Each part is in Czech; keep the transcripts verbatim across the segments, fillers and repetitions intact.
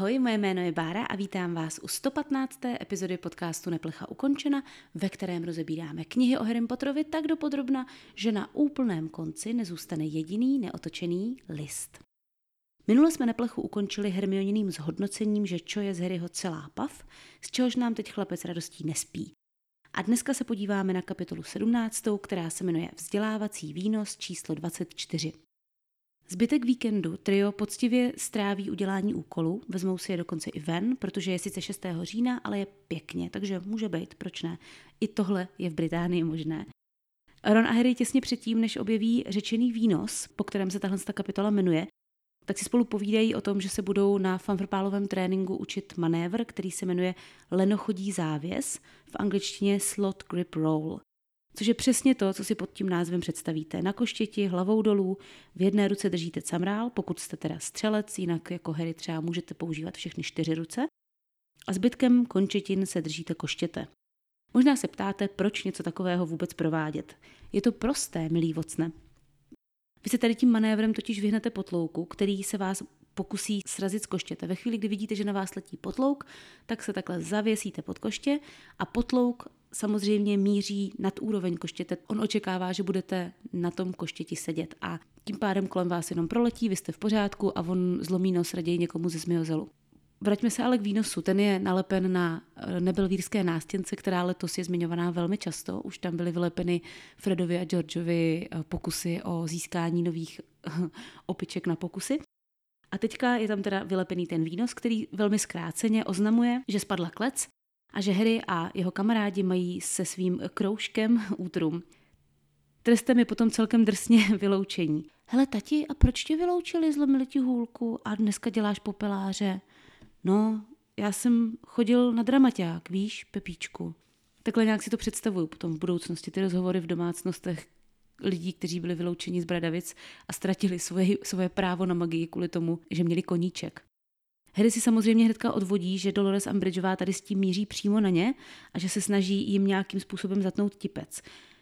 Ahoj, moje jméno je Bára a vítám vás u sto patnácté epizody podcastu Neplecha ukončena, ve kterém rozebíráme knihy o Harrym Potterovi tak dopodrobna, že na úplném konci nezůstane jediný neotočený list. Minule jsme Neplechu ukončili Hermioniným zhodnocením, že čo je z Harryho celá pav, z čehož nám teď chlapec radostí nespí. A dneska se podíváme na kapitolu sedmnáctou, která se jmenuje Vzdělávací výnos číslo dvacet čtyři. Zbytek víkendu trio poctivě stráví udělání úkolů, vezmou si je dokonce i ven, protože je sice šestého října, ale je pěkně, takže může být, proč ne. I tohle je v Británii možné. Ron a Harry těsně předtím, než objeví řečený výnos, po kterém se tahle kapitola jmenuje, tak si spolu povídají o tom, že se budou na fanfrpálovém tréninku učit manévr, který se jmenuje lenochodí závěs, v angličtině slot grip roll. Což je přesně to, co si pod tím názvem představíte. Na koštěti, hlavou dolů, v jedné ruce držíte camrál, pokud jste teda střelec, jinak jako Harry třeba můžete používat všechny čtyři ruce. A zbytkem končetin se držíte koštěte. Možná se ptáte, proč něco takového vůbec provádět. Je to prosté, milý vocne. Vy se tady tím manévrem totiž vyhnete potlouku, který se vás pokusí srazit z koštěte. Ve chvíli, kdy vidíte, že na vás letí potlouk, tak se takhle zavěsíte pod koště a potlouk samozřejmě míří nad úroveň koštěte. On očekává, že budete na tom koštěti sedět a tím pádem kolem vás jenom proletí, vy jste v pořádku a on zlomí nos raději někomu ze zmihozelu. Vraťme se ale k výnosu. Ten je nalepen na nebelvírské nástěnce, která letos je zmiňovaná velmi často. Už tam byly vylepeny Fredovi a Georgeovi pokusy o získání nových opiček na pokusy. A teďka je tam teda vylepený ten výnos, který velmi zkráceně oznamuje, že spadla klec a že Harry a jeho kamarádi mají se svým kroužkem útrum. Trestem je potom celkem drsně vyloučení. Hele tati, a proč tě vyloučili, zlomili ti hůlku a dneska děláš popeláře? No, já jsem chodil na dramaťák, víš, Pepíčku. Takhle nějak si to představuju potom v budoucnosti, ty rozhovory v domácnostech lidí, kteří byli vyloučeni z Bradavic a ztratili svoje, svoje právo na magii kvůli tomu, že měli koníček. Harry si samozřejmě hnedka odvodí, že Dolores Umbridgeová tady s tím míří přímo na ně a že se snaží jim nějakým způsobem zatnout tipec.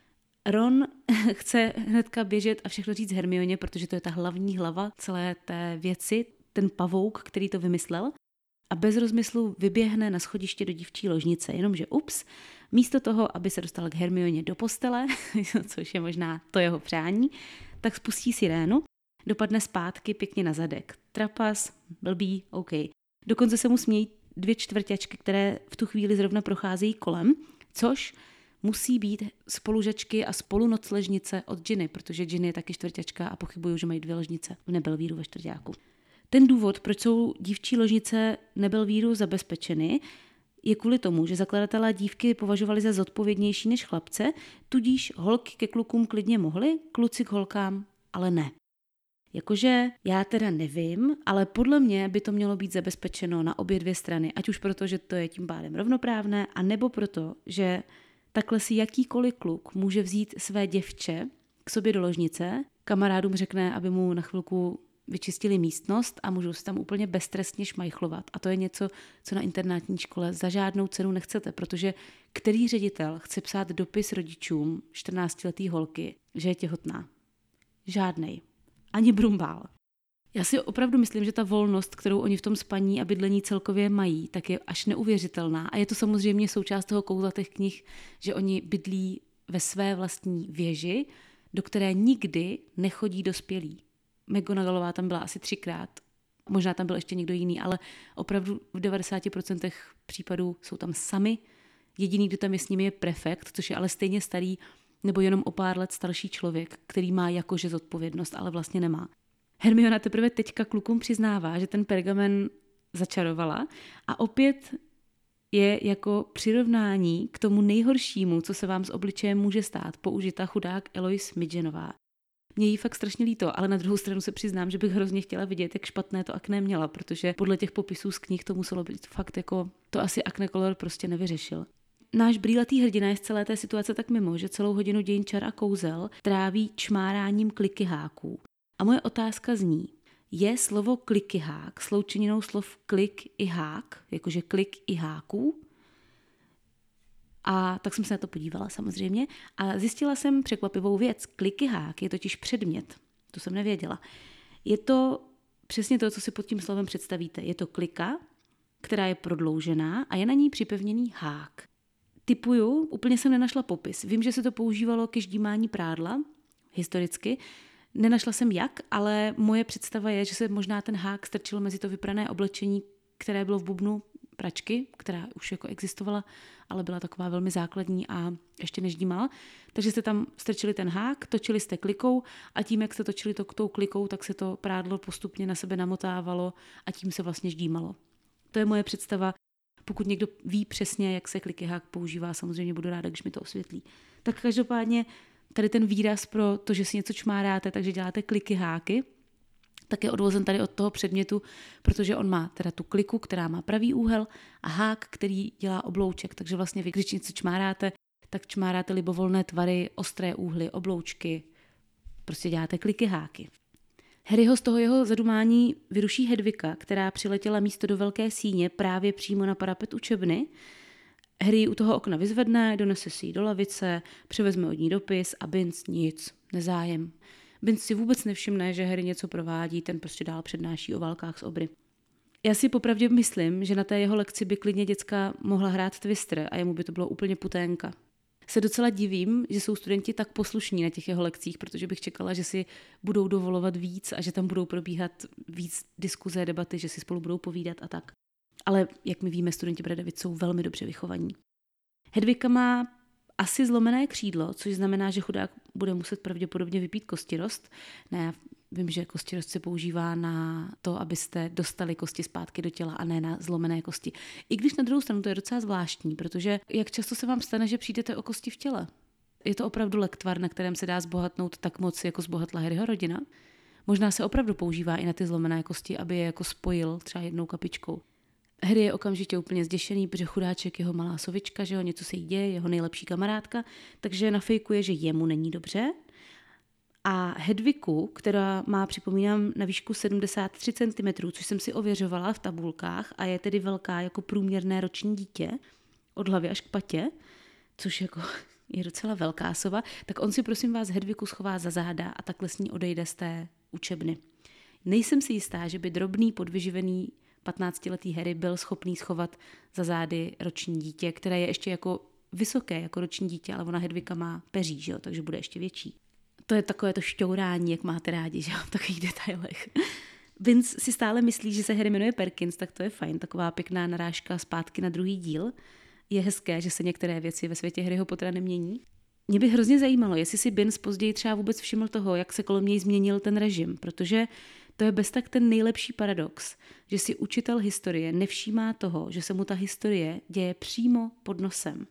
Ron chce hnedka běžet a všechno říct Hermioně, protože to je ta hlavní hlava celé té věci, ten pavouk, který to vymyslel. A bez rozmyslu vyběhne na schodiště do dívčí ložnice, jenomže ups, místo toho, aby se dostal k Hermioně do postele, což je možná to jeho přání, tak spustí sirénu, dopadne zpátky pěkně na zadek. Trapas, blbý, OK. Dokonce se mu smějí dvě čtvrťačky, které v tu chvíli zrovna procházejí kolem, což musí být spolužačky a spolunocležnice od Ginny, protože Ginny je taky čtvrťačka a pochybuju, že mají dvě ložnice v Nebelvíru ve čtvrťáku. Ten důvod, proč jsou dívčí ložnice Nebelvíru zabezpečeny, je kvůli tomu, že zakladatelé dívky považovali za zodpovědnější než chlapce, tudíž holky ke klukům klidně mohly, kluci k holkám ale ne. Jakože já teda nevím, ale podle mě by to mělo být zabezpečeno na obě dvě strany, ať už proto, že to je tím pádem rovnoprávné, a nebo proto, že takhle si jakýkoliv kluk může vzít své děvče k sobě do ložnice, kamarádům řekne, aby mu na chvilku vyčistili místnost a můžou si tam úplně beztrestně šmajchlovat. A to je něco, co na internátní škole za žádnou cenu nechcete, protože který ředitel chce psát dopis rodičům čtrnáctiletý holky, že je těhotná? Žádnej. Ani brumbál. Já si opravdu myslím, že ta volnost, kterou oni v tom spaní a bydlení celkově mají, tak je až neuvěřitelná. A je to samozřejmě součást toho kouzla těch knih, že oni bydlí ve své vlastní věži, do které nikdy nechodí dospělí. McGonagallová tam byla asi třikrát, možná tam byl ještě někdo jiný, ale opravdu v devadesáti procentech případů jsou tam sami. Jediný, kdo tam je s nimi, je prefekt, což je ale stejně starý nebo jenom o pár let starší člověk, který má jakože zodpovědnost, ale vlastně nemá. Hermiona teprve teďka klukům přiznává, že ten pergamen začarovala a opět je jako přirovnání k tomu nejhoršímu, co se vám s obličejem může stát, použita chudák Eloise Midgenová. Mě jí fakt strašně líto, ale na druhou stranu se přiznám, že bych hrozně chtěla vidět, jak špatné to akné měla, protože podle těch popisů z knih to muselo být fakt jako, to asi Acne Color prostě nevyřešil. Náš brýlatý hrdina je z celé té situace tak mimo, že celou hodinu dějin čar a kouzel tráví čmáráním kliky háků. A moje otázka zní, je slovo klikyhák sloučeninou slov klik i hák, jakože klik i háků? A tak jsem se na to podívala samozřejmě a zjistila jsem překvapivou věc. Klikyhák je totiž předmět, to jsem nevěděla. Je to přesně to, co si pod tím slovem představíte. Je to klika, která je prodloužená a je na ní připevněný hák. Typuju, úplně jsem nenašla popis. Vím, že se to používalo ke ždímání prádla, historicky. Nenašla jsem jak, ale moje představa je, že se možná ten hák strčil mezi to vyprané oblečení, které bylo v bubnu pračky, která už jako existovala, ale byla taková velmi základní a ještě neždímala. Takže jste tam strčili ten hák, točili jste klikou a tím, jak jste točili to tou klikou, tak se to prádlo postupně na sebe namotávalo a tím se vlastně ždímalo. To je moje představa. Pokud někdo ví přesně, jak se kliky hák používá, samozřejmě budu ráda, když mi to osvětlí. Tak každopádně tady ten výraz pro to, že si něco čmáráte, takže děláte kliky háky, tak je odvozen tady od toho předmětu, protože on má teda tu kliku, která má pravý úhel a hák, který dělá oblouček. Takže vlastně vy, když něco čmáráte, tak čmáráte libovolné tvary, ostré úhly, obloučky. Prostě děláte kliky háky. Harryho z toho jeho zadumání vyruší Hedvika, která přiletěla místo do velké síně právě přímo na parapet učebny. Harry u toho okna vyzvedne, donese si ji do lavice, převezme od ní dopis a Binz nic, nezájem. Binz si vůbec nevšimne, že Harry něco provádí, ten prostě dál přednáší o válkách s obry. Já si popravdě myslím, že na té jeho lekci by klidně děcka mohla hrát Twister a jemu by to bylo úplně puténka. Se docela divím, že jsou studenti tak poslušní na těch jeho lekcích, protože bych čekala, že si budou dovolovat víc a že tam budou probíhat víc diskuze, debaty, že si spolu budou povídat a tak. Ale jak my víme, studenti Bradavic jsou velmi dobře vychovaní. Hedvika má asi zlomené křídlo, což znamená, že chudák bude muset pravděpodobně vypít kostirost. Ne, já vím, že kostirost se používá na to, abyste dostali kosti zpátky do těla a ne na zlomené kosti. I když na druhou stranu to je docela zvláštní, protože jak často se vám stane, že přijdete o kosti v těle? Je to opravdu lektvar, na kterém se dá zbohatnout tak moc, jako zbohatla Harryho rodina? Možná se opravdu používá i na ty zlomené kosti, aby je jako spojil třeba jednou kapičkou. Harry je okamžitě úplně zděšený, protože chudáček jeho malá sovička, že ho něco se jí děje, jeho nejlepší kamarádka, takže nafejkuje, že jemu není dobře. A Hedviku, která má, připomínám, na výšku sedmdesát tři centimetrů, což jsem si ověřovala v tabulkách a je tedy velká jako průměrné roční dítě, od hlavy až k patě, což jako je docela velká sova, tak on si prosím vás Hedviku schová za záda a takhle s ní odejde z té učebny. Nejsem si jistá, že by drobný podvyživený patnáctiletý Harry byl schopný schovat za zády roční dítě, které je ještě jako vysoké jako roční dítě, ale ona Hedvika má peří, že jo, takže bude ještě větší. To je takové to šťourání, jak máte rádi, že jo, v takových detailech. Vince si stále myslí, že se Harry jmenuje Perkins, tak to je fajn, taková pěkná narážka zpátky na druhý díl. Je hezké, že se některé věci ve světě Harryho Pottera nemění. Mě by hrozně zajímalo, jestli si Binz později třeba vůbec všiml toho, jak se kolem něj změnil ten režim, protože to je bez tak ten nejlepší paradox, že si učitel historie nevšímá toho, že se mu ta historie děje přímo pod nosem.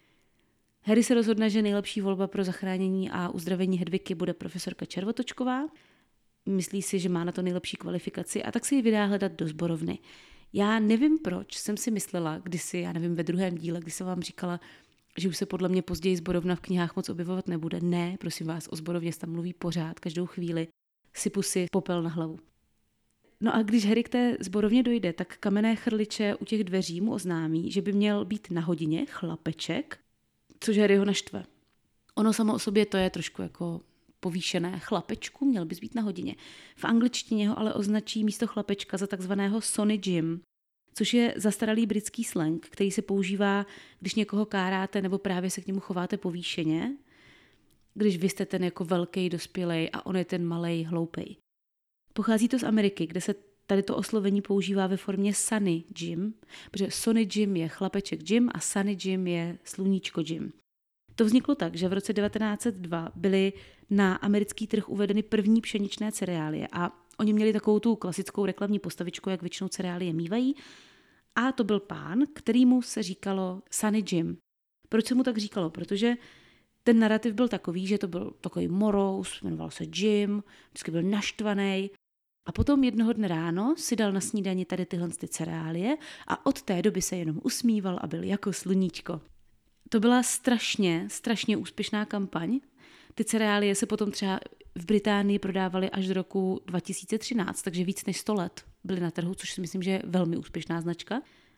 Harry se rozhodne, že nejlepší volba pro zachránění a uzdravení Hedviky bude profesorka Červotočková. Myslí si, že má na to nejlepší kvalifikaci a tak se ji vydá hledat do sborovny. Já nevím, proč jsem si myslela, kdysi, já nevím, ve druhém díle, kdy jsem vám říkala, že už se podle mě později sborovna v knihách moc objevovat nebude. Ne, prosím vás, o sborovně se tam mluví pořád, každou chvíli. Sypu si popel na hlavu. No a když Harry k té sborovně dojde, tak kamenné chrliče u těch dveří mu oznámí, že by měl být na hodině chlapeček, což Harry ho naštve. Ono samo o sobě to je trošku jako povýšené. Chlapečku, měl bys být na hodině. V angličtině ho ale označí místo chlapečka za takzvaného Sonny Jim, což je zastaralý britský slang, který se používá, když někoho káráte nebo právě se k němu chováte povýšeně, když vy jste ten jako velký dospělej a on je ten malej hloupej. Pochází to z Ameriky, kde se tady to oslovení používá ve formě Sonny Jim, protože Sonny Jim je chlapeček Jim a Sonny Jim je sluníčko Jim. To vzniklo tak, že v roce devatenáct set dva byly na americký trh uvedeny první pšeničné cereálie a oni měli takovou tu klasickou reklamní postavičku, jak většinou cereálie mívají, a to byl pán, kterýmu se říkalo Sonny Jim. Proč se mu tak říkalo? Protože ten narrativ byl takový, že to byl takový morous, jmenoval se Jim, vždycky byl naštvaný. A potom jednoho dne ráno si dal na snídani tady tyhle ty cereálie a od té doby se jenom usmíval a byl jako sluníčko. To byla strašně, strašně úspěšná kampaň. Ty cereálie se potom třeba v Británii prodávaly až do roku dva tisíce třináct, takže víc než sto let byly na trhu, což si myslím, že je velmi úspěšná značka.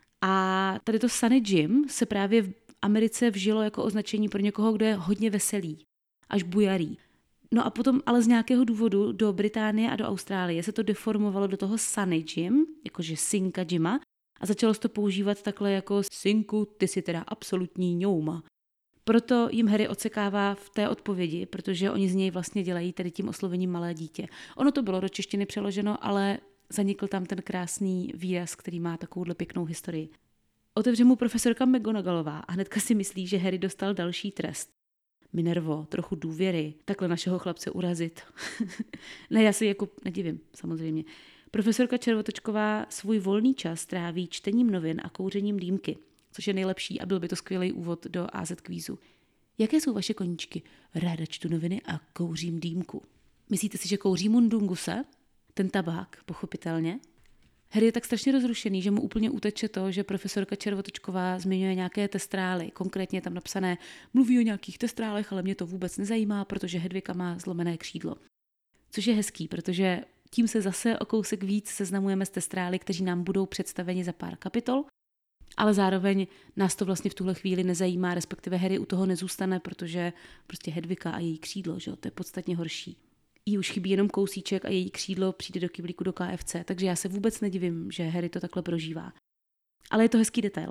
A tady to Sonny Jim se právě v Americe vžilo jako označení pro někoho, kdo je hodně veselý, až bujarý. No a potom ale z nějakého důvodu do Británie a do Austrálie se to deformovalo do toho Sonny Jim, jakože synka Jima, a a začalo se to používat takhle jako synku, ty jsi teda absolutní ňouma. Proto jim Harry odsekává v té odpovědi, protože oni z něj vlastně dělají tady tím oslovením malé dítě. Ono to bylo do češtiny přeloženo, ale zanikl tam ten krásný výraz, který má takovouhle pěknou historii. Otevře mu profesorka McGonagallová a hnedka si myslí, že Harry dostal další trest. Minervo, trochu důvěry, takhle našeho chlapce urazit. Ne, já si jako nedivím, samozřejmě. Profesorka Červotočková svůj volný čas tráví čtením novin a kouřením dýmky, což je nejlepší a byl by to skvělý úvod do á zet kvízu. Jaké jsou vaše koníčky? Ráda čtu noviny a kouřím dýmku. Myslíte si, že kouří mundunguse? Ten tabák, pochopitelně. Harry je tak strašně rozrušený, že mu úplně uteče to, že profesorka Červotočková zmiňuje nějaké testrály. Konkrétně je tam napsané, mluví o nějakých testrálech, ale mě to vůbec nezajímá, protože Hedvika má zlomené křídlo. Což je hezký, protože tím se zase o kousek víc seznamujeme s testrály, kteří nám budou představeni za pár kapitol, ale zároveň nás to vlastně v tuhle chvíli nezajímá, respektive Harry u toho nezůstane, protože prostě Hedvika a její křídlo, že? To je podstatně horší. Jí už chybí jenom kousíček a její křídlo přijde do kyblíku do ká ef cé, takže já se vůbec nedivím, že Harry to takhle prožívá. Ale je to hezký detail.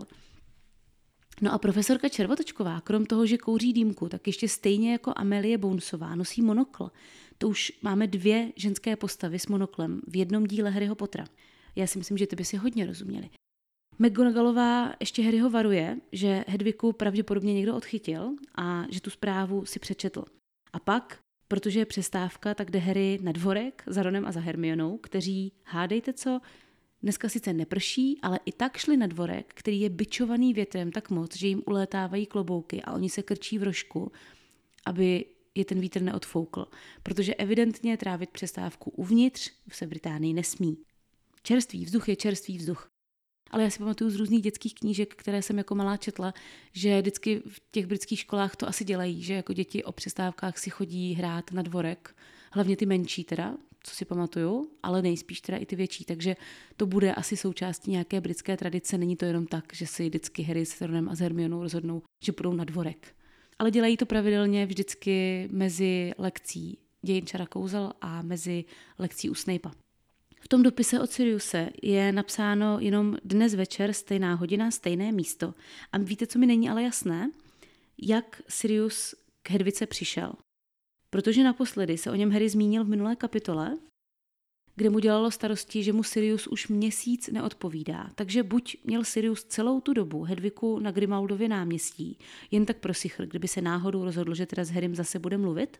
No a profesorka Červotočková, krom toho, že kouří dýmku, tak ještě stejně jako Amelie Bonesová nosí monokl. To už máme dvě ženské postavy s monoklem v jednom díle Harryho Pottera. Já si myslím, že ty by si hodně rozuměli. McGonagallová ještě Harryho varuje, že Hedviku pravděpodobně někdo odchytil a že tu zprávu si přečetl. A pak, protože je přestávka, tak jde Harry na dvorek za Ronem a za Hermionou, kteří, hádejte co, dneska sice neprší, ale i tak šli na dvorek, který je bičovaný větrem tak moc, že jim ulétávají klobouky a oni se krčí v rožku, aby je ten vítr neodfoukl. Protože evidentně trávit přestávku uvnitř se v Británii nesmí. Čerstvý vzduch je čerstvý vzduch. Ale já si pamatuju z různých dětských knížek, které jsem jako malá četla, že vždycky v těch britských školách to asi dělají, že jako děti o přestávkách si chodí hrát na dvorek, hlavně ty menší teda, co si pamatuju, ale nejspíš teda i ty větší, takže to bude asi součástí nějaké britské tradice, není to jenom tak, že si vždycky Harry s Ronem a s Hermionou rozhodnou, že půjdou na dvorek. Ale dělají to pravidelně vždycky mezi lekcí Dějin čar a kouzel a mezi lekcí u Snape'a. V tom dopise od Siriuse je napsáno jenom dnes večer, stejná hodina, stejné místo. A víte, co mi není ale jasné? Jak Sirius k Hedvice přišel. Protože naposledy se o něm Harry zmínil v minulé kapitole, kde mu dělalo starosti, že mu Sirius už měsíc neodpovídá. Takže buď měl Sirius celou tu dobu Hedviku na Grimaldově náměstí, jen tak prosichr, kdyby se náhodou rozhodl, že teda s Harrym zase bude mluvit,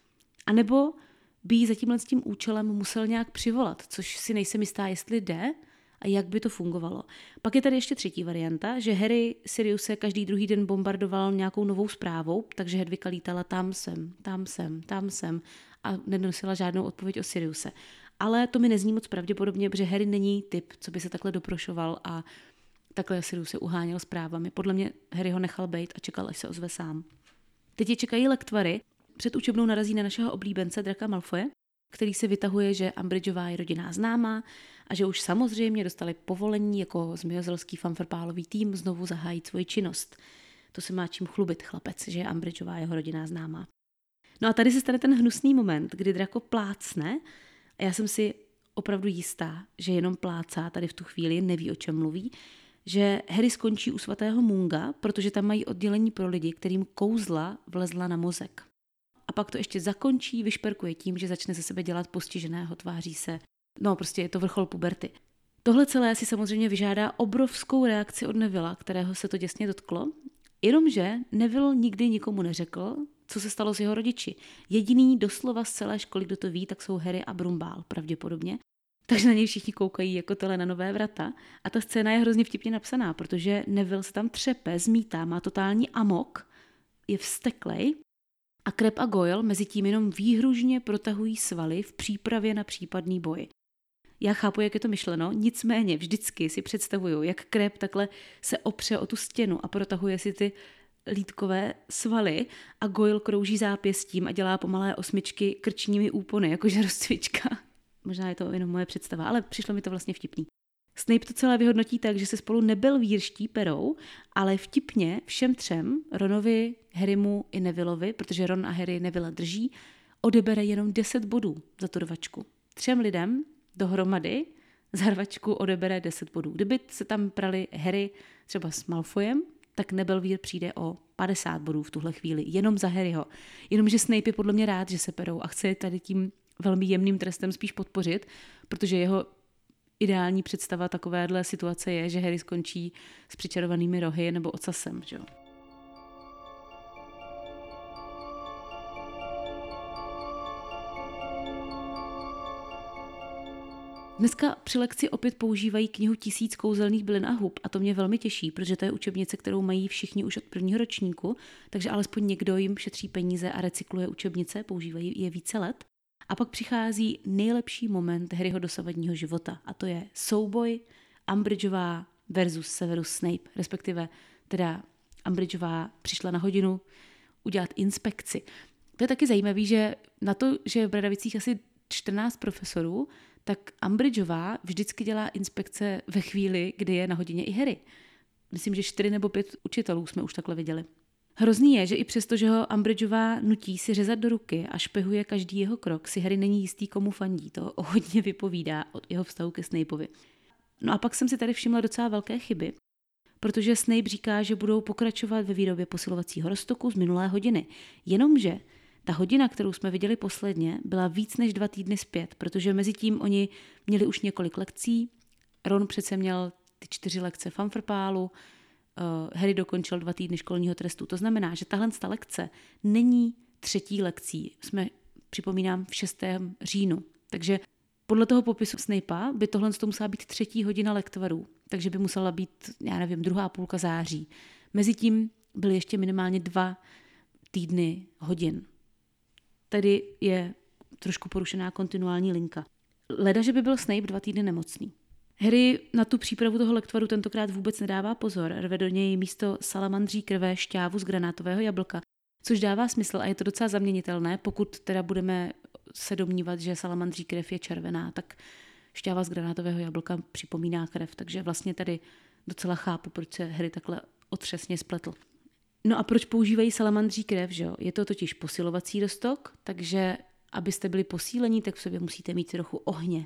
anebo by jí za tímhle s tím účelem musel nějak přivolat, což si nejsem jistá, jestli jde a jak by to fungovalo. Pak je tady ještě třetí varianta, že Harry Siriuse každý druhý den bombardoval nějakou novou zprávou, takže Hedvika lítala tam sem, tam sem, tam sem a nenosila žádnou odpověď o Siriuse. Ale to mi nezní moc pravděpodobně, protože Harry není typ, co by se takhle doprošoval a takhle Siriuse uháněl zprávami. Podle mě Harry ho nechal bejt a čekal, až se ozve sám. Teď je čekají lektvary. Před učebnou narazí na našeho oblíbence Draka Malfoje, který se vytahuje, že Umbridgeová je rodinná známá a že už samozřejmě dostali povolení jako zmijozelský fanfarpálový tým znovu zahájit svoji činnost. To se má čím chlubit chlapec, že Umbridgeová jeho rodinná známá. No a tady se stane ten hnusný moment, kdy Draco plácne a já jsem si opravdu jistá, že jenom plácá tady v tu chvíli, neví, o čem mluví, že Harry skončí u svatého Munga, protože tam mají oddělení pro lidi, kterým kouzla vlezla na mozek. A pak to ještě zakončí, vyšperkuje tím, že začne ze sebe dělat postiženého, tváří se. No, prostě je to vrchol puberty. Tohle celé si samozřejmě vyžádá obrovskou reakci od Nevilla, kterého se to děsně dotklo, jenomže Neville nikdy nikomu neřekl, co se stalo s jeho rodiči. Jediný doslova z celé školy, kdo to ví, tak jsou Harry a Brumbál, pravděpodobně. Takže na něj všichni koukají jako tele na nové vrata. A ta scéna je hrozně vtipně napsaná, protože Neville se tam třepe, zmítá, má totální amok, je vzteklej. A Crabbe a Goyle mezi tím jenom výhružně protahují svaly v přípravě na případný boj. Já chápu, jak je to myšleno, nicméně vždycky si představuju, jak Crabbe takhle se opře o tu stěnu a protahuje si ty lítkové svaly a Goyle krouží zápěstím a dělá pomalé osmičky krčními úpony, jakože rozcvička. Možná je to jenom moje představa, ale přišlo mi to vlastně vtipný. Snape to celé vyhodnotí tak, že se spolu nebelvírští perou, ale vtipně všem třem, Ronovi, Harrymu i Nevilleovi, protože Ron a Harry Neville drží, odebere jenom deset bodů za tu rvačku. Třem lidem dohromady za rvačku odebere deset bodů. Kdyby se tam prali Harry třeba s Malfoyem, tak Nebelvír přijde o padesát bodů v tuhle chvíli, jenom za Harryho. Jenomže Snape je podle mě rád, že se perou a chce je tady tím velmi jemným trestem spíš podpořit, protože jeho ideální představa takovéhle situace je, že Harry skončí s přičarovanými rohy nebo ocasem. Že jo? Dneska při lekci opět používají knihu Tisíc kouzelných bylin a hub a to mě velmi těší, protože to je učebnice, kterou mají všichni už od prvního ročníku, takže alespoň někdo jim šetří peníze a recykluje učebnice, používají je více let. A pak přichází nejlepší moment Harryho dosavadního života a to je souboj Umbridgeová versus Severus Snape, respektive teda Umbridgeová přišla na hodinu udělat inspekci. To je taky zajímavé, že na to, že je v Bradavicích asi čtrnáct profesorů, tak Umbridgeová vždycky dělá inspekce ve chvíli, kdy je na hodině i Harry. Myslím, že čtyři nebo pět učitelů jsme už takhle viděli. Hrozný je, že i přesto, že ho Umbridgeová nutí si řezat do ruky a špehuje každý jeho krok, si Harry není jistý, komu fandí. To hodně vypovídá od jeho vztahu ke Snapeovi. No a pak jsem si tady všimla docela velké chyby, protože Snape říká, že budou pokračovat ve výrobě posilovacího roztoku z minulé hodiny. Jenomže ta hodina, kterou jsme viděli posledně, byla víc než dva týdny zpět, protože mezi tím oni měli už několik lekcí. Ron přece měl ty čtyři lekce v Amfrpálu, uh, Harry dokončil dva týdny školního trestu. To znamená, že tahle lekce není třetí lekcí. Jsme, připomínám, v šestém říjnu. Takže podle toho popisu Snapea by tohle to musela být třetí hodina lektvarů. Takže by musela být, já nevím, druhá půlka září. Mezitím byly ještě minimálně dva týdny hodin. Tady je trošku porušená kontinuální linka. Leda, že by byl Snape dva týdny nemocný. Harry na tu přípravu toho lektvaru tentokrát vůbec nedává pozor, rve do něj místo salamandří krve šťávu z granátového jablka, což dává smysl a je to docela zaměnitelné, pokud teda budeme se domnívat, že salamandří krev je červená, tak šťáva z granátového jablka připomíná krev, takže vlastně tady docela chápu, proč se Harry takhle otřesně spletl. No a proč používají salamandří krev, že jo? Je to totiž posilovací roztok, takže abyste byli posílení, tak v sobě musíte mít trochu ohně.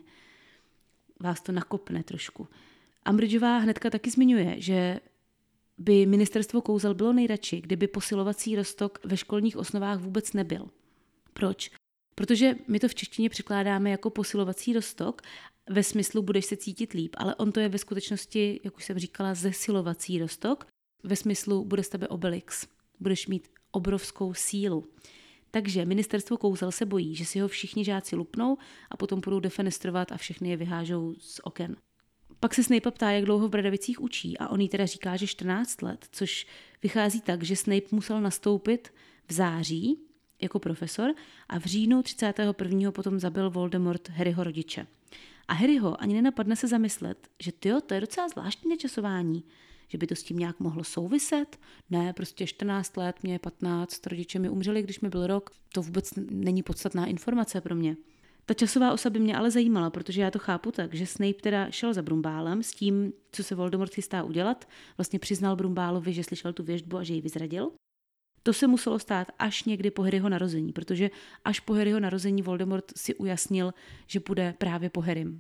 Vás to nakopne trošku. Umbridgeová hnedka taky zmiňuje, že by ministerstvo kouzel bylo nejradši, kdyby posilovací roztok ve školních osnovách vůbec nebyl. Proč? Protože my to v češtině překládáme jako posilovací roztok, ve smyslu budeš se cítit líp, ale on to je ve skutečnosti, jak už jsem říkala, zesilovací roztok, ve smyslu bude z tebe Obelix, budeš mít obrovskou sílu. Takže ministerstvo kouzel se bojí, že si ho všichni žáci lupnou a potom budou defenestrovat a všechny je vyhážou z oken. Pak se Snape ptá, jak dlouho v Bradavicích učí a on jí teda říká, že čtrnáct let, což vychází tak, že Snape musel nastoupit v září jako profesor a v říjnu třicátého prvního potom zabil Voldemort Harryho rodiče. A Harryho ani nenapadne se zamyslet, že tyjo, to je docela zvláštní načasování, že by to s tím nějak mohlo souviset. Ne, prostě čtrnáct let, mě je patnáct, rodiče mi umřeli, když mi byl rok. To vůbec není podstatná informace pro mě. Ta časová osa by mě ale zajímala, protože já to chápu tak, že Snape teda šel za Brumbálem s tím, co se Voldemort chystá udělat. Vlastně přiznal Brumbálovi, že slyšel tu věštbu a že ji vyzradil. To se muselo stát až někdy po Harryho narození, protože až po Harryho narození Voldemort si ujasnil, že bude právě po Harrym.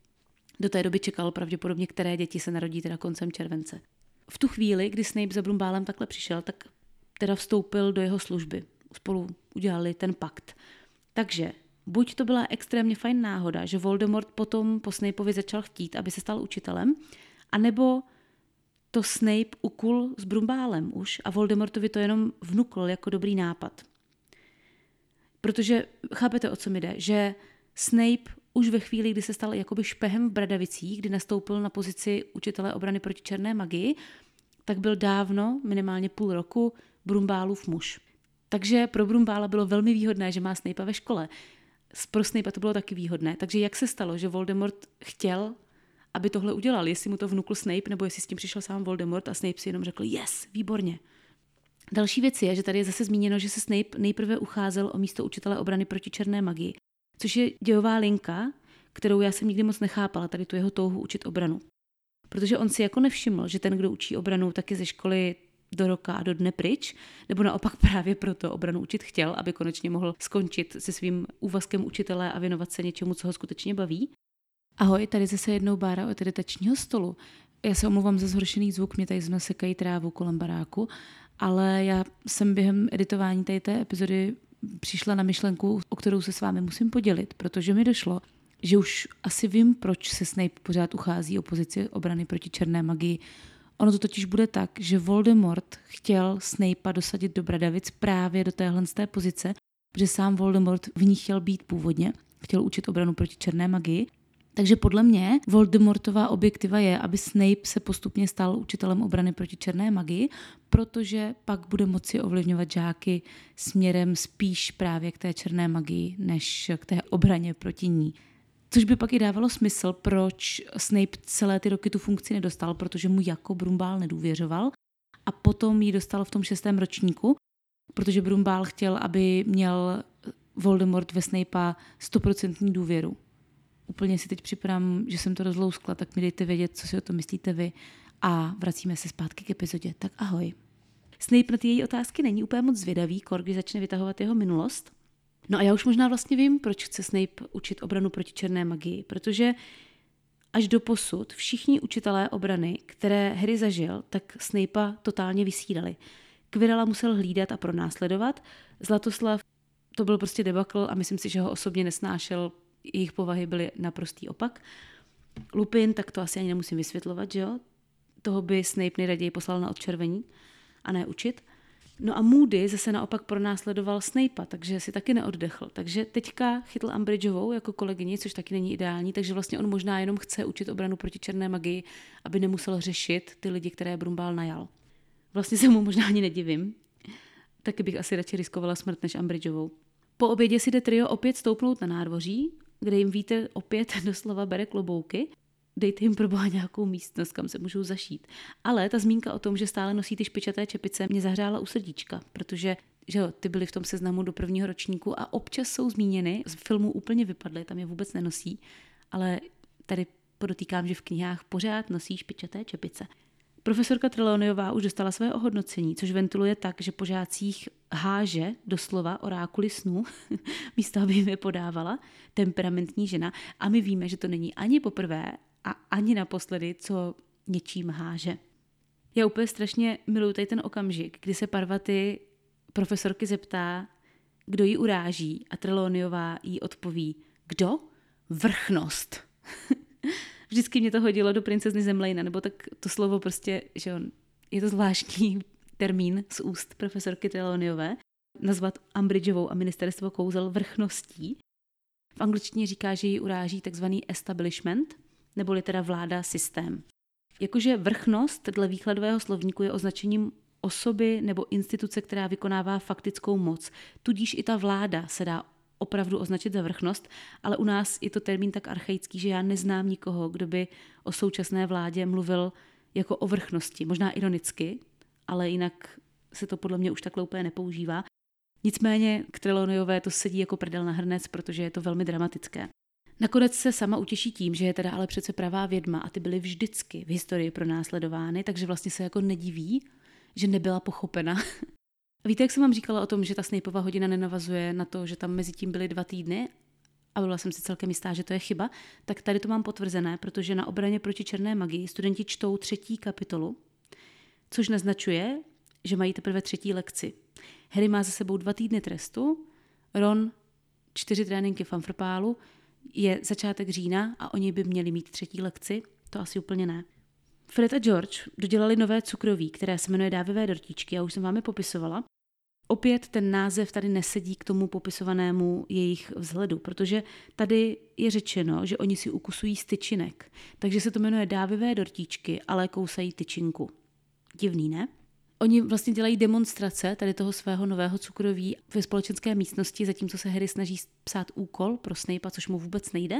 Do té doby čekal pravděpodobně, které děti se narodí teda koncem července. V tu chvíli, kdy Snape za Brumbálem takhle přišel, tak teda vstoupil do jeho služby. Spolu udělali ten pakt. Takže buď to byla extrémně fajn náhoda, že Voldemort potom po Snapeovi začal chtít, aby se stal učitelem, anebo to Snape ukul s Brumbálem už a Voldemortovi to jenom vnukl jako dobrý nápad. Protože chápete, o co mi jde, že Snape už ve chvíli, kdy se stal jakoby špehem v Bradavicích, kdy nastoupil na pozici učitele obrany proti černé magii, tak byl dávno, minimálně půl roku, Brumbálův muž. Takže pro Brumbála bylo velmi výhodné, že má Snapea ve škole. Pro Snapea to bylo taky výhodné. Takže jak se stalo, že Voldemort chtěl, aby tohle udělal, jestli mu to vnukl Snape, nebo jestli s tím přišel sám Voldemort a Snape si jenom řekl yes, výborně. Další věc je, že tady je zase zmíněno, že se Snape nejprve ucházel o místo učitele obrany proti černé magii, což je dějová linka, kterou já jsem nikdy moc nechápala, tady tu jeho touhu učit obranu. Protože on si jako nevšiml, že ten, kdo učí obranu, tak je ze školy do roka a do dne pryč, nebo naopak právě proto obranu učit chtěl, aby konečně mohl skončit se svým úvazkem učitele a věnovat se něčemu, co ho skutečně baví. Ahoj, tady zase jednou Bára od editačního stolu. Já se omlouvám za zhoršený zvuk, mě tady zrovna sekají trávu kolem baráku, ale já jsem během editování tady té epizody přišla na myšlenku, o kterou se s vámi musím podělit, protože mi došlo, že už asi vím, proč se Snape pořád uchází o pozici obrany proti černé magii. Ono to totiž bude tak, že Voldemort chtěl Snapea dosadit do Bradavic právě do téhle z té pozice, protože sám Voldemort v ní chtěl být původně, chtěl učit obranu proti černé magii. Takže podle mě Voldemortová objektiva je, aby Snape se postupně stal učitelem obrany proti černé magii, protože pak bude moci ovlivňovat žáky směrem spíš právě k té černé magii, než k té obraně proti ní. Což by pak i dávalo smysl, proč Snape celé ty roky tu funkci nedostal, protože mu jako Brumbál nedůvěřoval a potom ji dostal v tom šestém ročníku, protože Brumbál chtěl, aby měl Voldemort ve Snapea stoprocentní důvěru. Úplně si teď připadám, že jsem to rozlouskla, tak mi dejte vědět, co si o tom myslíte vy a vracíme se zpátky k epizodě. Tak ahoj. Snape na ty její otázky není úplně moc zvědavý, kor, když začne vytahovat jeho minulost. No a já už možná vlastně vím, proč chce Snape učit obranu proti černé magii, protože až do posud všichni učitelé obrany, které Harry zažil, tak Snapea totálně vysídali. Quirrella musel hlídat a pronásledovat, Zlatoslav to byl prostě debakl a myslím si, že ho osobně nesnášel, jejich povahy byly naprostý opak. Lupin, tak to asi ani nemusím vysvětlovat, že jo? Toho by Snape nejraději poslal na odčervení a ne učit. No a Moody zase naopak pronásledoval Snapea, takže si taky neoddechl. Takže teďka chytl Umbridgeovou jako kolegyni, což taky není ideální, takže vlastně on možná jenom chce učit obranu proti černé magii, aby nemusel řešit ty lidi, které Brumbál najal. Vlastně se mu možná ani nedivím. Taky bych asi radši riskovala smrt než Umbridgeovou. Po obědě si jde trio opět stoupnout na nádvoří, kde jim vítr opět doslova bere klobouky. Dejte jim pro boha nějakou místnost, kam se můžou zašít. Ale ta zmínka o tom, že stále nosí ty špičaté čepice, mě zahřála u srdíčka, protože že jo, ty byly v tom seznamu do prvního ročníku a občas jsou zmíněny, z filmu úplně vypadly, tam je vůbec nenosí, ale tady podotýkám, že v knihách pořád nosí špičaté čepice. Profesorka Trelawneyová už dostala své ohodnocení, což ventiluje tak, že po žácích háže doslova orákuly snů, místo aby jim je podávala, temperamentní žena. A my víme, že to není ani poprvé a ani naposledy, co něčím háže. Já úplně strašně miluji tady ten okamžik, kdy se Parvati profesorky zeptá, kdo ji uráží a Trelawneyová jí odpoví, kdo? Vrchnost. Vždycky mě to hodilo do princezny Zemlejna, nebo tak to slovo prostě, že on, je to zvláštní termín z úst profesorky Trelawneyové, nazvat Umbridgeovou a ministerstvo kouzel vrchností. V angličtině říká, že ji uráží takzvaný establishment, neboli teda vláda, systém. Jakože vrchnost dle výkladového slovníku je označením osoby nebo instituce, která vykonává faktickou moc. Tudíž i ta vláda se dá opravdu označit za vrchnost, ale u nás je to termín tak archaický, že já neznám nikoho, kdo by o současné vládě mluvil jako o vrchnosti. Možná ironicky, ale jinak se to podle mě už takhle úplně nepoužívá. Nicméně k Trelawneyové to sedí jako prdel na hrnec, protože je to velmi dramatické. Nakonec se sama utěší tím, že je teda ale přece pravá vědma a ty byly vždycky v historii pronásledovány, takže vlastně se jako nediví, že nebyla pochopena. Víte, jak jsem vám říkala o tom, že ta Snapeova hodina nenavazuje na to, že tam mezi tím byly dva týdny a byla jsem si celkem jistá, že to je chyba, tak tady to mám potvrzené, protože na obraně proti černé magii studenti čtou třetí kapitolu, což naznačuje, že mají teprve třetí lekci. Harry má za sebou dva týdny trestu, Ron čtyři tréninky v Amfrpálu, je začátek října a oni by měli mít třetí lekci, to asi úplně ne. Fred a George dodělali nové cukroví, které se jmenuje dávivé dortíčky, já už jsem vám je popisovala. Opět ten název tady nesedí k tomu popisovanému jejich vzhledu, protože tady je řečeno, že oni si ukusují z tyčinek, takže se to jmenuje dávivé dortíčky, ale kousají tyčinku. Divný, ne? Oni vlastně dělají demonstrace tady toho svého nového cukroví ve společenské místnosti, zatímco se Harry snaží psát úkol pro Snape'a, což mu vůbec nejde.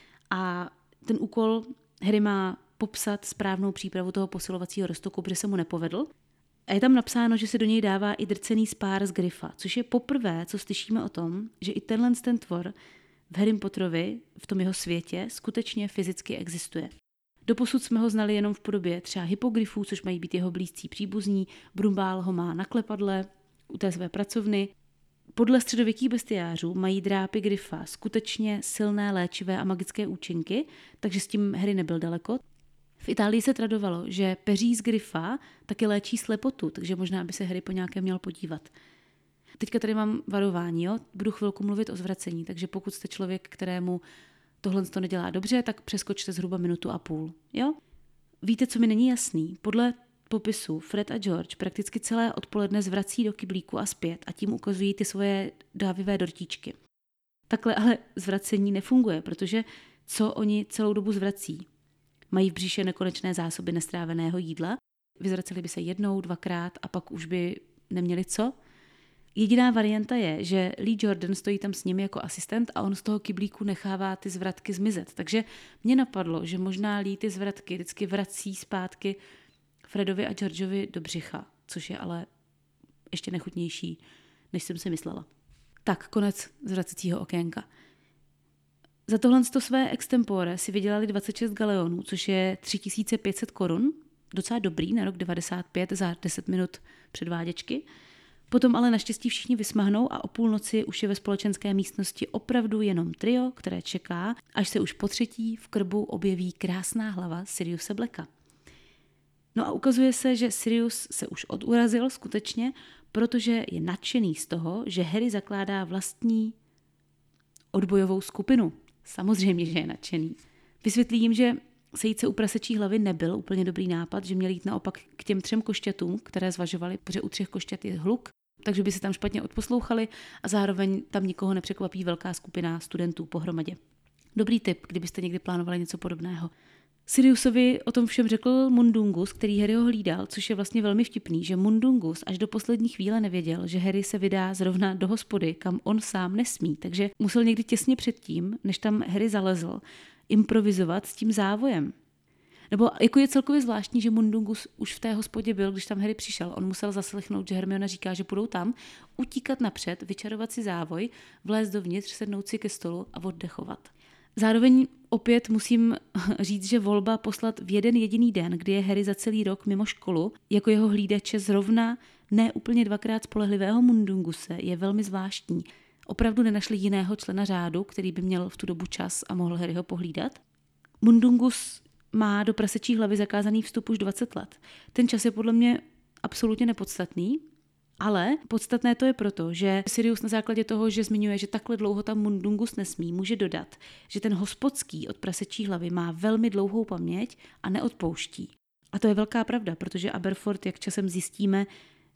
A ten úkol Harry má popsat správnou přípravu toho posilovacího roztoku, protože se mu nepovedl. A je tam napsáno, že se do něj dává i drcený spár z Gryffa, což je poprvé, co slyšíme o tom, že i tenhle ten tvor v Harrym Potterovi, v tom jeho světě, skutečně fyzicky existuje. Doposud jsme ho znali jenom v podobě třeba hypogryfů, což mají být jeho blízcí příbuzní, Brumbál ho má na klepadle u té své pracovny, Podle středověkých bestiářů mají drápy Gryfa skutečně silné léčivé a magické účinky, takže s tím Harry nebyl daleko. V Itálii se tradovalo, že peří z Gryfa taky léčí slepotu, takže možná by se Harry po nějaké měl podívat. Teďka tady mám varování, jo? Budu chvilku mluvit o zvracení, takže pokud jste člověk, kterému tohle to nedělá dobře, tak přeskočte zhruba minutu a půl. Jo? Víte, co mi není jasný? Podle popisu Fred a George prakticky celé odpoledne zvrací do kyblíku a zpět a tím ukazují ty svoje dávivé dortíčky. Takhle ale zvracení nefunguje, protože co oni celou dobu zvrací? Mají v břiše nekonečné zásoby nestráveného jídla, vyzvraceli by se jednou, dvakrát a pak už by neměli co? Jediná varianta je, že Lee Jordan stojí tam s nimi jako asistent a on z toho kyblíku nechává ty zvratky zmizet. Takže mě napadlo, že možná Lee ty zvratky vždycky vrací zpátky Fredovi a Georgeovi do břicha, což je ale ještě nechutnější, než jsem si myslela. Tak, konec zvracecího okénka. Za tohle své extempore si vydělali dvacet šest galeonů, což je tři tisíce pět set korun, docela dobrý na rok devadesát pět za deset minut předváděčky. Potom ale naštěstí všichni vysmahnou a o půlnoci už je ve společenské místnosti opravdu jenom trio, které čeká, až se už po třetí v krbu objeví krásná hlava Siriuse Blacka. No a ukazuje se, že Sirius se už odurazil skutečně, protože je nadšený z toho, že Harry zakládá vlastní odbojovou skupinu. Samozřejmě, že je nadšený. Vysvětlí jim, že sejít se u prasečí hlavy nebyl úplně dobrý nápad, že měl jít naopak k těm třem košťatům, které zvažovali, protože u třech košťat je hluk, takže by se tam špatně odposlouchali a zároveň tam nikoho nepřekvapí velká skupina studentů pohromadě. Dobrý tip, kdybyste někdy plánovali něco podobného. Siriusovi o tom všem řekl Mundungus, který Harry ho hlídal, což je vlastně velmi vtipný, že Mundungus až do poslední chvíle nevěděl, že Harry se vydá zrovna do hospody, kam on sám nesmí, takže musel někdy těsně předtím, než tam Harry zalezl, improvizovat s tím závojem. Nebo jako je celkově zvláštní, že Mundungus už v té hospodě byl, když tam Harry přišel. On musel zaslechnout, že Hermiona říká, že půjdou tam, utíkat napřed, vyčarovat si závoj, vlézt dovnitř, sednout si ke stolu a oddechovat. Zároveň opět musím říct, že volba poslat v jeden jediný den, kdy je Harry za celý rok mimo školu, jako jeho hlídače zrovna ne úplně dvakrát spolehlivého Mundunguse, je velmi zvláštní. Opravdu nenašli jiného člena řádu, který by měl v tu dobu čas a mohl Harryho pohlídat. Mundungus má do prasečí hlavy zakázaný vstup už dvacet let. Ten čas je podle mě absolutně nepodstatný, ale podstatné to je proto, že Sirius na základě toho, že zmiňuje, že takhle dlouho tam Mundungus nesmí, může dodat, že ten hospodský od prasečí hlavy má velmi dlouhou paměť a neodpouští. A to je velká pravda, protože Aberforth, jak časem zjistíme,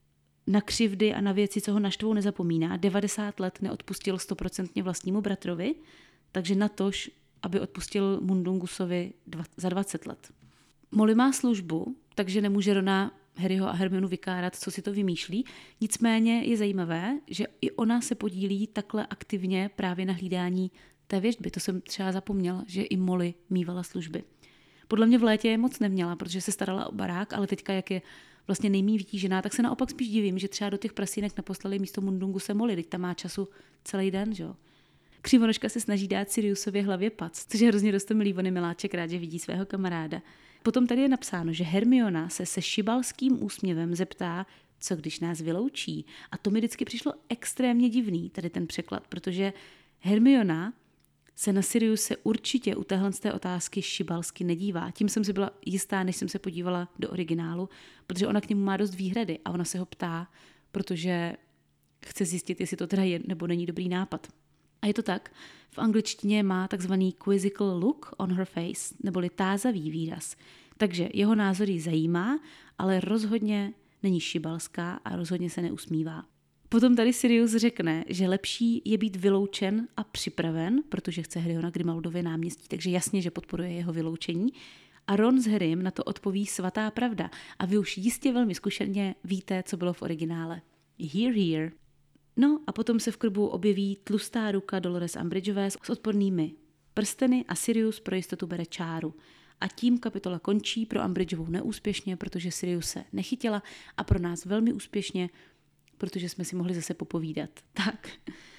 na křivdy a na věci, co ho naštvou, nezapomíná. devadesát let neodpustil stoprocentně vlastnímu bratrovi, takže natož, aby odpustil Mundungusovi dva, za dvacet let. Molly má službu, takže nemůže Rona, Harryho a Hermionu vykárat, co si to vymýšlí. Nicméně je zajímavé, že i ona se podílí takhle aktivně právě na hlídání té věštby. To jsem třeba zapomněla, že i Molly mívala služby. Podle mě v létě je moc neměla, protože se starala o barák, ale teďka, jak je vlastně nejméně vytížená, tak se naopak spíš divím, že třeba do těch prasínek neposlali místo Mundunguse Molly, teď tam má času celý den, že jo. Křivonožka se snaží dát Siriusově hlavě pac, což je hrozně rostomilý, on je miláček, rád, že vidí svého kamaráda. Potom tady je napsáno, že Hermiona se se šibalským úsměvem zeptá, co když nás vyloučí. A to mi vždycky přišlo extrémně divný, tady ten překlad, protože Hermiona se na Siriuse určitě u téhle z té otázky šibalsky nedívá. Tím jsem si byla jistá, než jsem se podívala do originálu, protože ona k němu má dost výhrady a ona se ho ptá, protože chce zjistit, jestli to teda je nebo není dobrý nápad. A je to tak, v angličtině má takzvaný quizzical look on her face, neboli tázavý výraz. Takže jeho názor ji zajímá, ale rozhodně není šibalská a rozhodně se neusmívá. Potom tady Sirius řekne, že lepší je být vyloučen a připraven, protože chce Harryho na Grimaldově náměstí, takže jasně, že podporuje jeho vyloučení. A Ron s Harrym na to odpoví svatá pravda. A vy už jistě velmi zkušeně víte, co bylo v originále. Hear, hear. No a potom se v krbu objeví tlustá ruka Dolores Umbridgeové s odpornými prsteny a Sirius pro jistotu bere čáru. A tím kapitola končí, pro Umbridgeovou neúspěšně, protože Sirius se nechytila, a pro nás velmi úspěšně, protože jsme si mohli zase popovídat. Tak,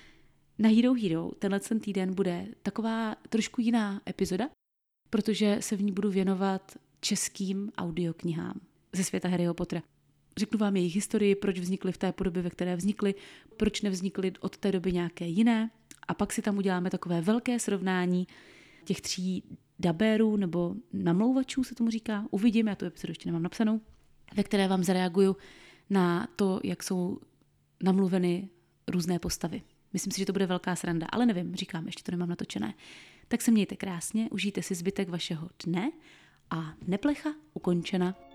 na Hero Hero tenhle ten týden bude taková trošku jiná epizoda, protože se v ní budu věnovat českým audioknihám ze světa Harryho Pottera. řeknu vám jejich historii, proč vznikly v té podobě, ve které vznikly, proč nevznikly od té doby nějaké jiné. A pak si tam uděláme takové velké srovnání těch tří dabérů nebo namlouvačů se tomu říká. Uvidím, já tu epizodu ještě nemám napsanou, ve které vám zareaguju na to, jak jsou namluveny různé postavy. Myslím si, že to bude velká sranda, ale nevím, říkám, ještě to nemám natočené. Tak se mějte krásně, užijte si zbytek vašeho dne a Neplecha ukončena.